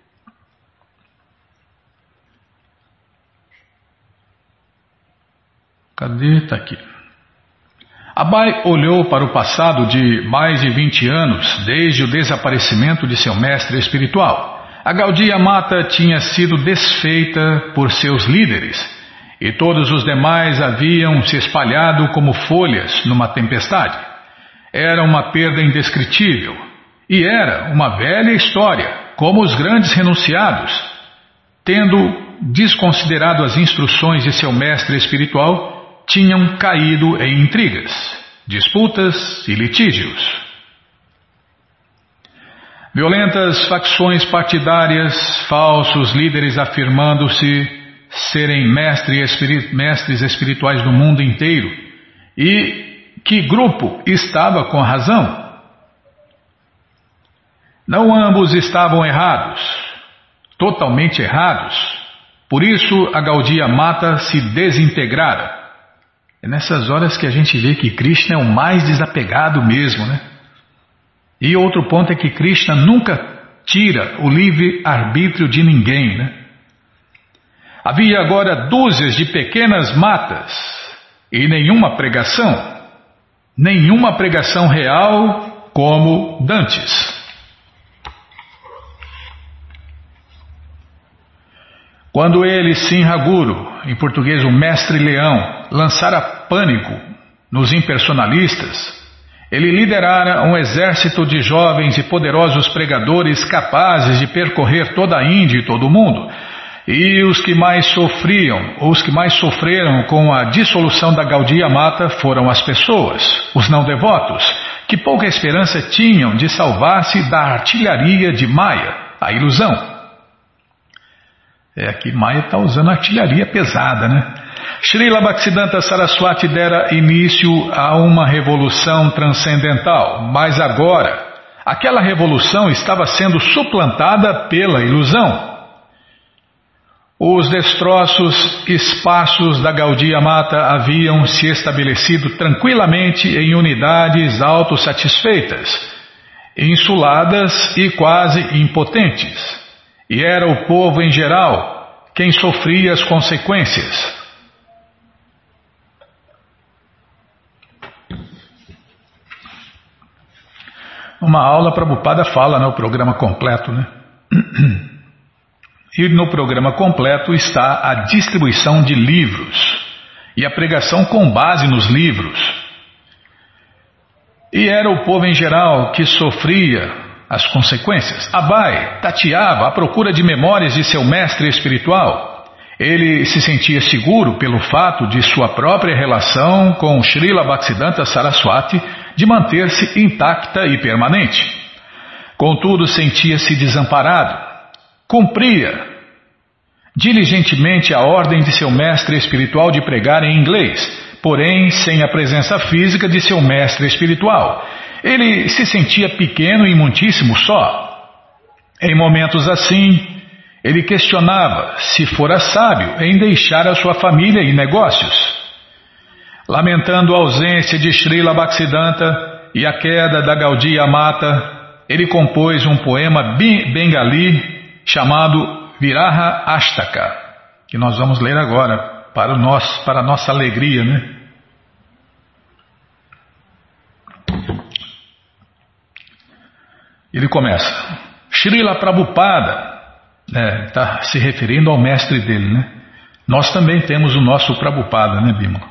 Cadê? Está aqui. Abai olhou para o passado de mais de vinte anos, desde o desaparecimento de seu mestre espiritual. A Gaudiya Mata tinha sido desfeita por seus líderes, e todos os demais haviam se espalhado como folhas numa tempestade. Era uma perda indescritível, e era uma velha história, como os grandes renunciados, tendo desconsiderado as instruções de seu mestre espiritual, tinham caído em intrigas, disputas e litígios. Violentas facções partidárias, falsos líderes afirmando-se serem mestre espiri- mestres espirituais do mundo inteiro. E que grupo estava com a razão? Não ambos estavam errados, totalmente errados. Por isso a Gaudiya Mata se desintegrara. É nessas horas que a gente vê que Krishna é o mais desapegado mesmo, né? E outro ponto é que Krishna nunca tira o livre-arbítrio de ninguém, né? Havia agora dúzias de pequenas matas e nenhuma pregação, nenhuma pregação real como dantes. Quando ele, Simhaguru, em português o mestre leão, lançara pânico nos impersonalistas, ele liderara um exército de jovens e poderosos pregadores capazes de percorrer toda a Índia e todo o mundo. E os que mais sofriam, ou os que mais sofreram com a dissolução da Gaudiya Mata foram as pessoas, os não devotos, que pouca esperança tinham de salvar-se da artilharia de Maya, a ilusão. É, aqui Maya está usando artilharia pesada, né? Srila Bhaktisiddhanta Saraswati dera início a uma revolução transcendental, mas agora aquela revolução estava sendo suplantada pela ilusão. Os destroços espaços da Gaudiya Mata haviam se estabelecido tranquilamente em unidades autossatisfeitas, insuladas e quase impotentes. E era o povo em geral quem sofria as consequências. Uma aula Prabhupada fala, né, o programa completo, né? E no programa completo está a distribuição de livros e a pregação com base nos livros. E era o povo em geral que sofria as consequências. Abai tateava à procura de memórias de seu mestre espiritual. Ele se sentia seguro pelo fato de sua própria relação com Srila Bhaktisiddhanta Saraswati de manter-se intacta e permanente. Contudo, sentia-se desamparado. Cumpria diligentemente a ordem de seu mestre espiritual de pregar em inglês, porém sem a presença física de seu mestre espiritual. Ele se sentia pequeno e muitíssimo só. Em momentos assim, ele questionava se fora sábio em deixar a sua família e negócios. Lamentando a ausência de Srila Bhaktisiddhanta e a queda da Gaudiya Mata, ele compôs um poema bengali chamado Viraha Ashtaka, que nós vamos ler agora, para, o nosso, para a nossa alegria, né? Ele começa: Srila Prabhupada, está é, se referindo ao mestre dele, né? Nós também temos o nosso Prabhupada, né, Bimala?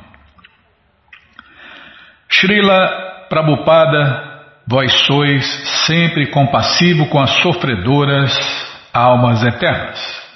Srila Prabhupada, vós sois sempre compassivo com as sofredoras almas eternas.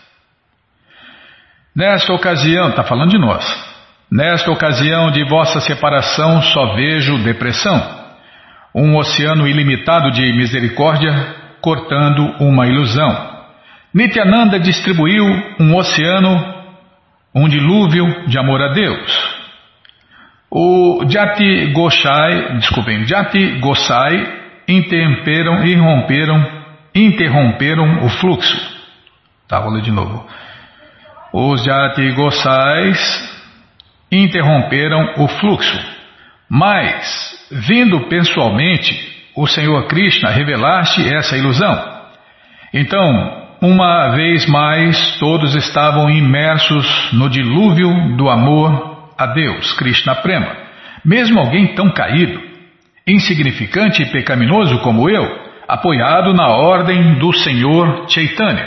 Nesta ocasião, está falando de nós, nesta ocasião de vossa separação só vejo depressão, um oceano ilimitado de misericórdia cortando uma ilusão. Nityananda distribuiu um oceano, um dilúvio de amor a Deus. O Jati Gosai, desculpem, Jati Gosai interromperam, interromperam interromperam o fluxo. Tá, vou ler de novo. Os Jati Gosais interromperam o fluxo, mas, vindo pessoalmente, o Senhor Krishna revelaste essa ilusão. Então, uma vez mais, todos estavam imersos no dilúvio do amor a Deus, Krishna Prema. Mesmo alguém tão caído, insignificante e pecaminoso como eu, apoiado na ordem do Senhor Chaitanya.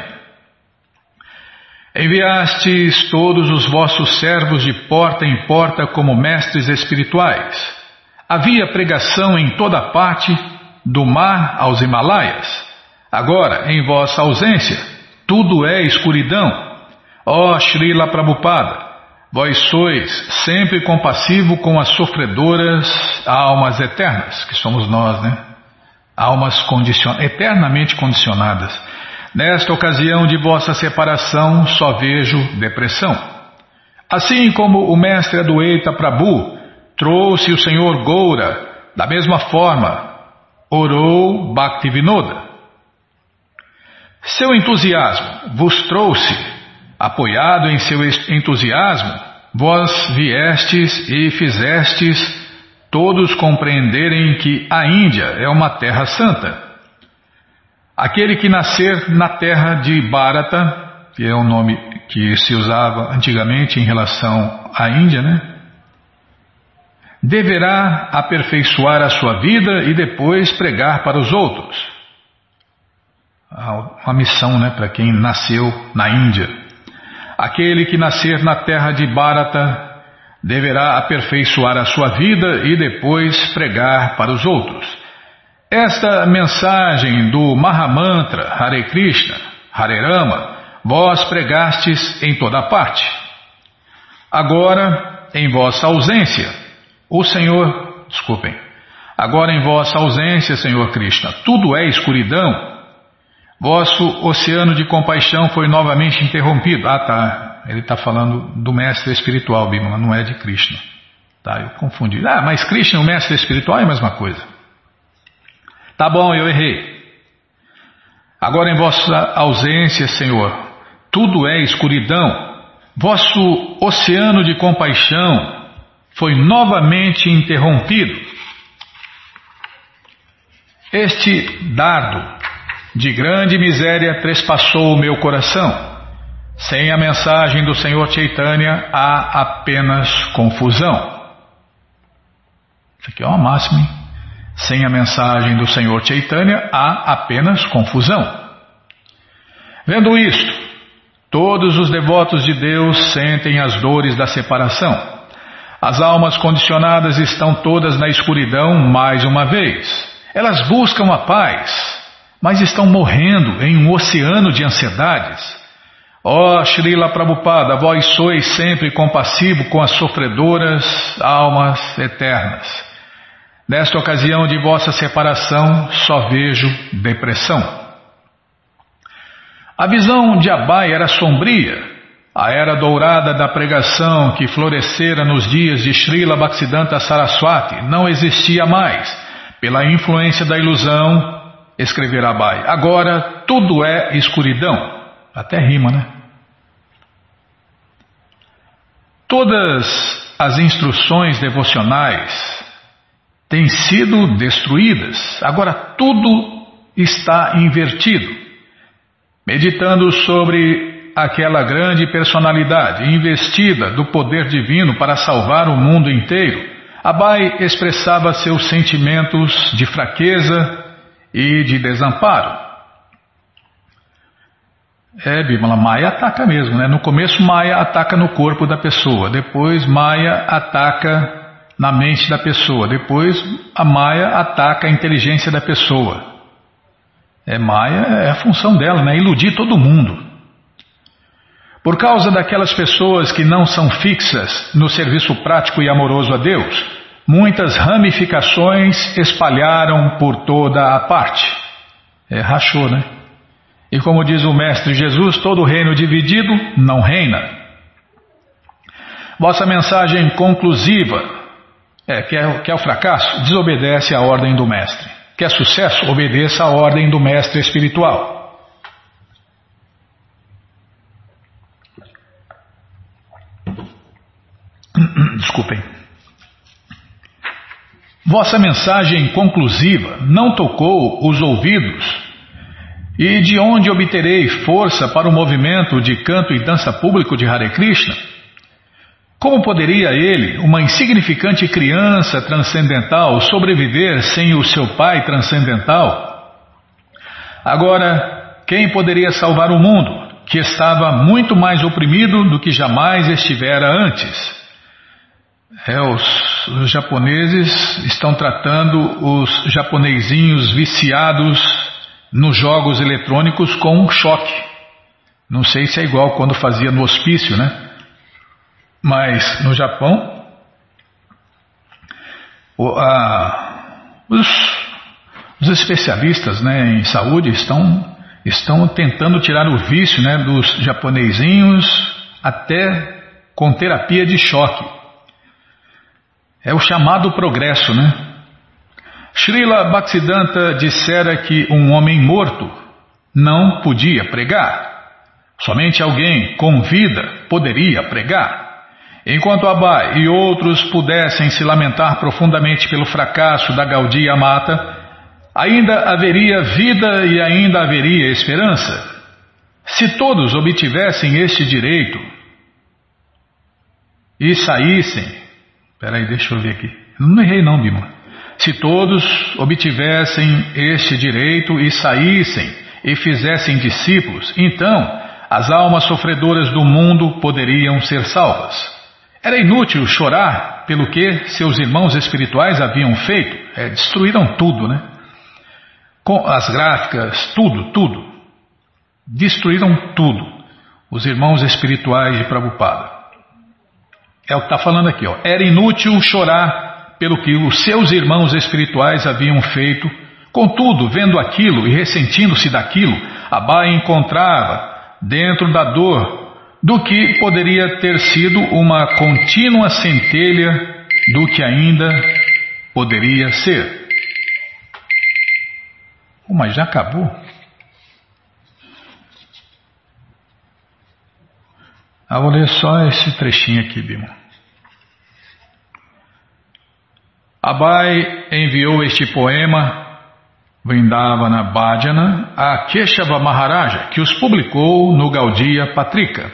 Enviastes todos os vossos servos de porta em porta como mestres espirituais. Havia pregação em toda parte, do mar aos Himalaias. Agora, em vossa ausência, tudo é escuridão. Ó Srila Prabhupada, vós sois sempre compassivo com as sofredoras almas eternas, que somos nós, né? Almas condicion... eternamente condicionadas. Nesta ocasião de vossa separação só vejo depressão. Assim como o mestre Adwaita Prabhu trouxe o Senhor Goura, da mesma forma orou Bhaktivinoda. Seu entusiasmo vos trouxe, apoiado em seu entusiasmo, vós viestes e fizestes todos compreenderem que a Índia é uma terra santa. Aquele que nascer na terra de Bharata, que é o nome que se usava antigamente em relação à Índia, né? Deverá aperfeiçoar a sua vida e depois pregar para os outros. Uma missão, né, para quem nasceu na Índia. Aquele que nascer na terra de Bharata deverá aperfeiçoar a sua vida e depois pregar para os outros. Esta mensagem do Mahamantra Hare Krishna, Hare Rama, vós pregastes em toda parte. Agora, em vossa ausência, o Senhor, desculpem, agora em vossa ausência, Senhor Krishna, tudo é escuridão. Vosso oceano de compaixão foi novamente interrompido. Ah, tá. Ele está falando do mestre espiritual, Bimala, não é de Krishna. Tá, eu confundi. Ah, mas Krishna e o mestre espiritual é a mesma coisa. Tá bom, eu errei. Agora em vossa ausência, Senhor, tudo é escuridão. Vosso oceano de compaixão foi novamente interrompido. Este dardo de grande miséria trespassou o meu coração. Sem a mensagem do Senhor Chaitanya há apenas confusão. Isso aqui é uma máxima, hein? Sem a mensagem do Senhor Chaitanya há apenas confusão. Vendo isto, todos os devotos de Deus sentem as dores da separação. As almas condicionadas estão todas na escuridão mais uma vez. Elas buscam a paz. mas estão morrendo em um oceano de ansiedades. Ó Srila Prabhupada, vós sois sempre compassivo com as sofredoras almas eternas. Nesta ocasião de vossa separação, só vejo depressão. A visão de Abai era sombria. A era dourada da pregação que florescera nos dias de Srila Bhaktisiddhanta Saraswati não existia mais. Pela influência da ilusão, escreverá Abai. Agora tudo é escuridão. Até rima, né? Todas as instruções devocionais têm sido destruídas. Agora tudo está invertido. Meditando sobre aquela grande personalidade investida do poder divino para salvar o mundo inteiro, Abai expressava seus sentimentos de fraqueza e de desamparo. É, Bimala, Maya ataca mesmo, né? No começo Maya ataca no corpo da pessoa, depois Maya ataca na mente da pessoa, depois a Maya ataca a inteligência da pessoa. É, Maya é a função dela, né? Iludir todo mundo. Por causa daquelas pessoas que não são fixas no serviço prático e amoroso a Deus, muitas ramificações espalharam por toda a parte. É, rachou, né? E como diz o Mestre Jesus, todo reino dividido não reina. Vossa mensagem conclusiva, é, quer, quer o fracasso? Desobedece à ordem do Mestre. Quer sucesso? Obedeça à ordem do Mestre espiritual. Desculpem. Vossa mensagem conclusiva não tocou os ouvidos. E de onde obterei força para o movimento de canto e dança público de Hare Krishna? Como poderia ele, uma insignificante criança transcendental, sobreviver sem o seu pai transcendental? Agora, quem poderia salvar o mundo, que estava muito mais oprimido do que jamais estivera antes? É, os, os japoneses estão tratando os japonesinhos viciados nos jogos eletrônicos com um choque. Não sei se é igual quando fazia no hospício, né? Mas no Japão, o, a, os, os especialistas, né, em saúde estão, estão tentando tirar o vício, né, dos japonesinhos até com terapia de choque. É o chamado progresso, né? Srila Bhaktisiddhanta dissera que um homem morto não podia pregar. Somente alguém com vida poderia pregar. Enquanto Abai e outros pudessem se lamentar profundamente pelo fracasso da Gaudiya Mata, ainda haveria vida e ainda haveria esperança. Se todos obtivessem este direito e saíssem... Peraí, deixa eu ver aqui. Não errei não, Bima. Se todos obtivessem este direito e saíssem e fizessem discípulos, então as almas sofredoras do mundo poderiam ser salvas. Era inútil chorar pelo que seus irmãos espirituais haviam feito. É, destruíram tudo, né? Com as gráficas, tudo, tudo. Destruíram tudo. Os irmãos espirituais de Prabhupada. É o que está falando aqui, ó. Era inútil chorar pelo que os seus irmãos espirituais haviam feito. Contudo, vendo aquilo e ressentindo-se daquilo, Abai encontrava dentro da dor do que poderia ter sido uma contínua centelha do que ainda poderia ser. Oh, mas já acabou? Ah, vou ler só esse trechinho aqui, Bima. Abai enviou este poema, Vrindavana Bhajana, a Keshava Maharaja, que os publicou no Gaudiya Patrika.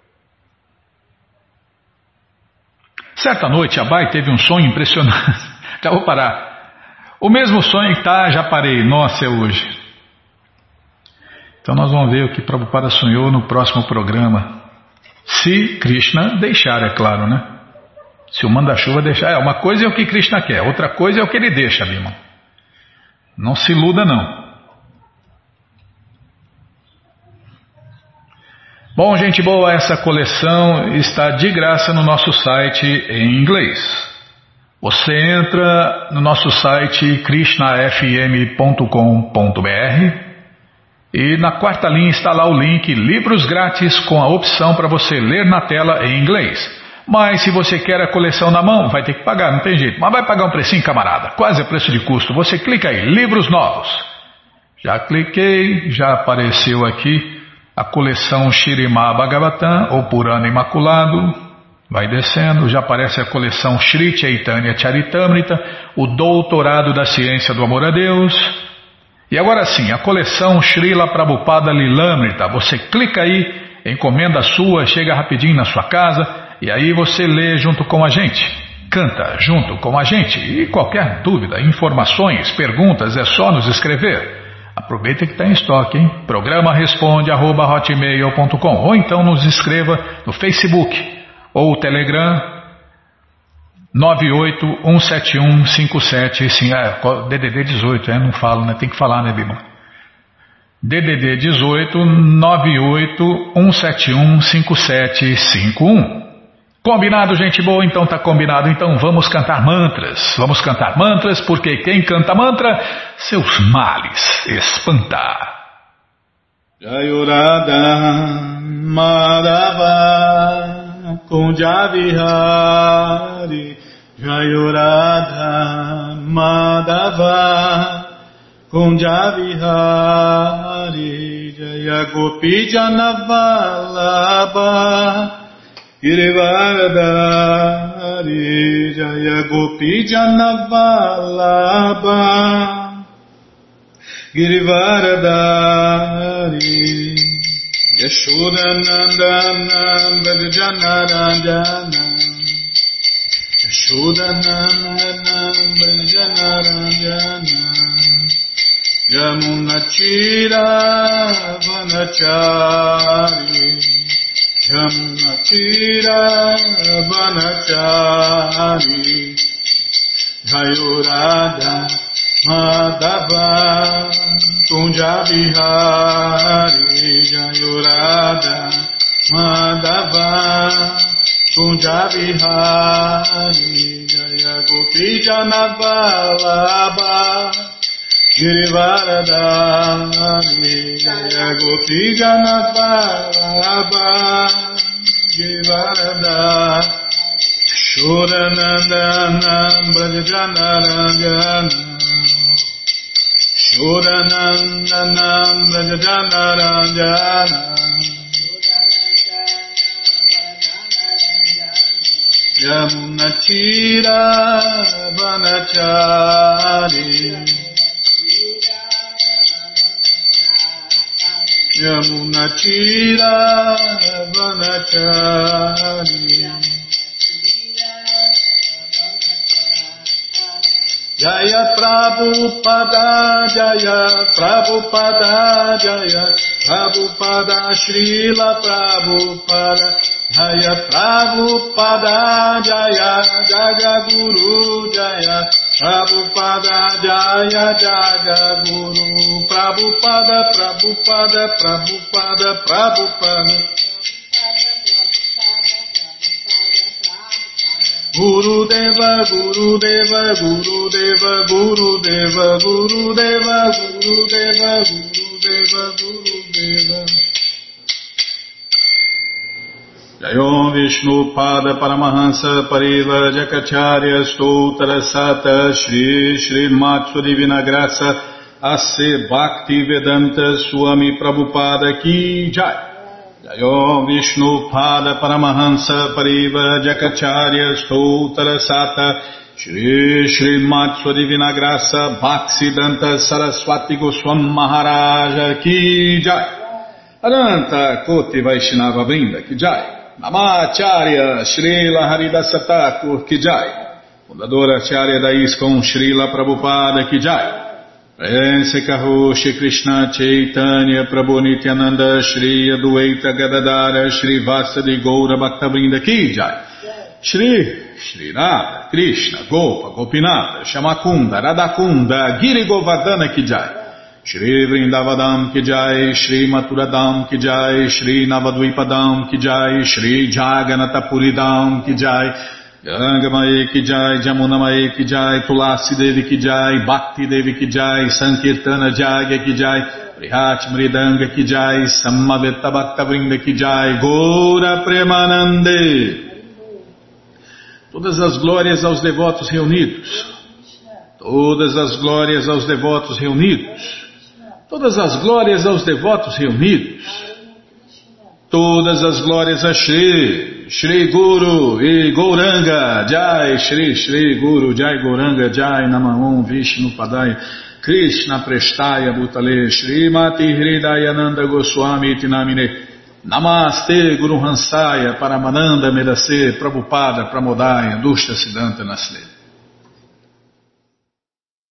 Certa noite, Abai teve um sonho impressionante. Já vou parar. O mesmo sonho que tá, já parei. Nossa, é hoje. Então nós vamos ver o que Prabhupada sonhou no próximo programa. Se Krishna deixar, é claro, né? Se o manda-chuva deixar. É, uma coisa é o que Krishna quer, outra coisa é o que ele deixa, Bima. Não se iluda, não. Bom, gente boa, essa coleção está de graça no nosso site em inglês. Você entra no nosso site krishna f m ponto com ponto b r e na quarta linha está lá o link Livros Grátis com a opção para você ler na tela em inglês. Mas se você quer a coleção na mão, vai ter que pagar, não tem jeito. Mas vai pagar um precinho, camarada, quase a preço de custo. Você clica aí, Livros Novos. Já cliquei, já apareceu aqui a coleção Śrīmad Bhagavatam, ou Purana Imaculado, vai descendo, já aparece a coleção Shri Chaitanya Charitamrita, o Doutorado da Ciência do Amor a Deus, e agora sim, a coleção Srila Prabhupada Lilamrita, você clica aí, encomenda a sua, chega rapidinho na sua casa, e aí você lê junto com a gente, canta junto com a gente, e qualquer dúvida, informações, perguntas, é só nos escrever. Aproveita que está em estoque, hein? Programa responde arroba hotmail ponto com ou então nos escreva no Facebook ou Telegram nove oito um sete um cinco sete cinco, é, D D D dezoito, é, não falo, né? Tem que falar, né, Bima? D D D dezoito nove oito um sete um cinco sete cinco um. Combinado, gente boa? Então tá combinado. Então vamos cantar mantras. Vamos cantar mantras porque quem canta mantra, seus males espanta. Jayurada Madhava Kunjavihari Jayurada Madhava Kunjavihari Jaya Gopi Janavalabha Girivaradari Jaya Gopi Janavalabha Girivaradari Yashodanandana Brajanaranjana Yashodanandana Brajanaranjana Yamunachira Vanachari Yamnachira Vanachari Jayurada Madhava Kunjavihari Jayurada Madhava Kunjavihari Jaya Gopi Janavalabha Girivaradari Jaya Gopi Janavalabha Girivaradari Shodanandana Brajanaranjana Shodanandana Brajanaranjana Yamunachira Vanachari Yamunachira Vanachari Jaya Prabhupada Jaya Prabhupada Jaya Prabhupada Srila Prabhupada Jaya Prabhupada Jaya Jagaguru Jaya Prabhupada Jaya Jagaguru Prabhupada Prabhupada Prabhupada Prabhupada Guru Deva Guru Deva Guru Deva Guru Deva Guru Deva Guru Deva Guru Deva Guru Deva Jayom Vishnu Pada Paramahansa Pariva Jakacharya Stoutra Sata Shri Shri Matsu Divina Graça Ase Bhakti Vedanta Swami Prabhupada Ki Jai. Jayom Vishnu Pada Paramahansa Pariva Jakacharya Stoutra Sata Shri Shri Matsu Divina Graça Bhaktisiddhanta Saraswati Goswami Maharaja Ki Jai. Ananta Koti Vaishnava Vrinda Ki Jai. Namacharya Srila Haridasa Thakur Ki Jai. Fundadora Acharya da ISKCON Srila Prabhupada Ki Jai. Prense Kaho Shri Krishna Chaitanya Prabhu Nityananda Shri Adueita Gadadara Shri Vasadi Goura Bhaktavrinda Ki Jai. Shri Shri Radha Krishna Gopa Gopinata Shamakunda Radakunda Giri Govardhana Ki Jai. Shri Vrindavadam Ki Jai, Shri Maturadam Ki Jai, Shri Navadvipadam Ki Jai, Shri Jaganatapuridam Ki Jai, Gangamae Ki Jai, Jamunamae Ki Jai, Tulasi Devi Ki Jai, Bhakti Devi Ki Jai, Sankirtana Jagya Ki Jai, Prihat Mridanga Ki Jai, Samaveta Bhakta Vrinda Ki Jai, Gora Premanande. Todas as glórias aos devotos reunidos. Todas as glórias aos devotos reunidos. Todas as glórias aos devotos reunidos. Todas as glórias a Shri, Shri Guru e Gauranga, Jai, Shri, Shri Guru, Jai Gauranga, Jai, Namaham, Vishnu Padaya, Krishna Prestaya Bhutale, Shri Mati Hridayananda Goswami Tinamine, Namaste Guru Hansaya, Paramananda Medase, Prabhupada, Pramodaya, Dushya Siddhanta Nasle.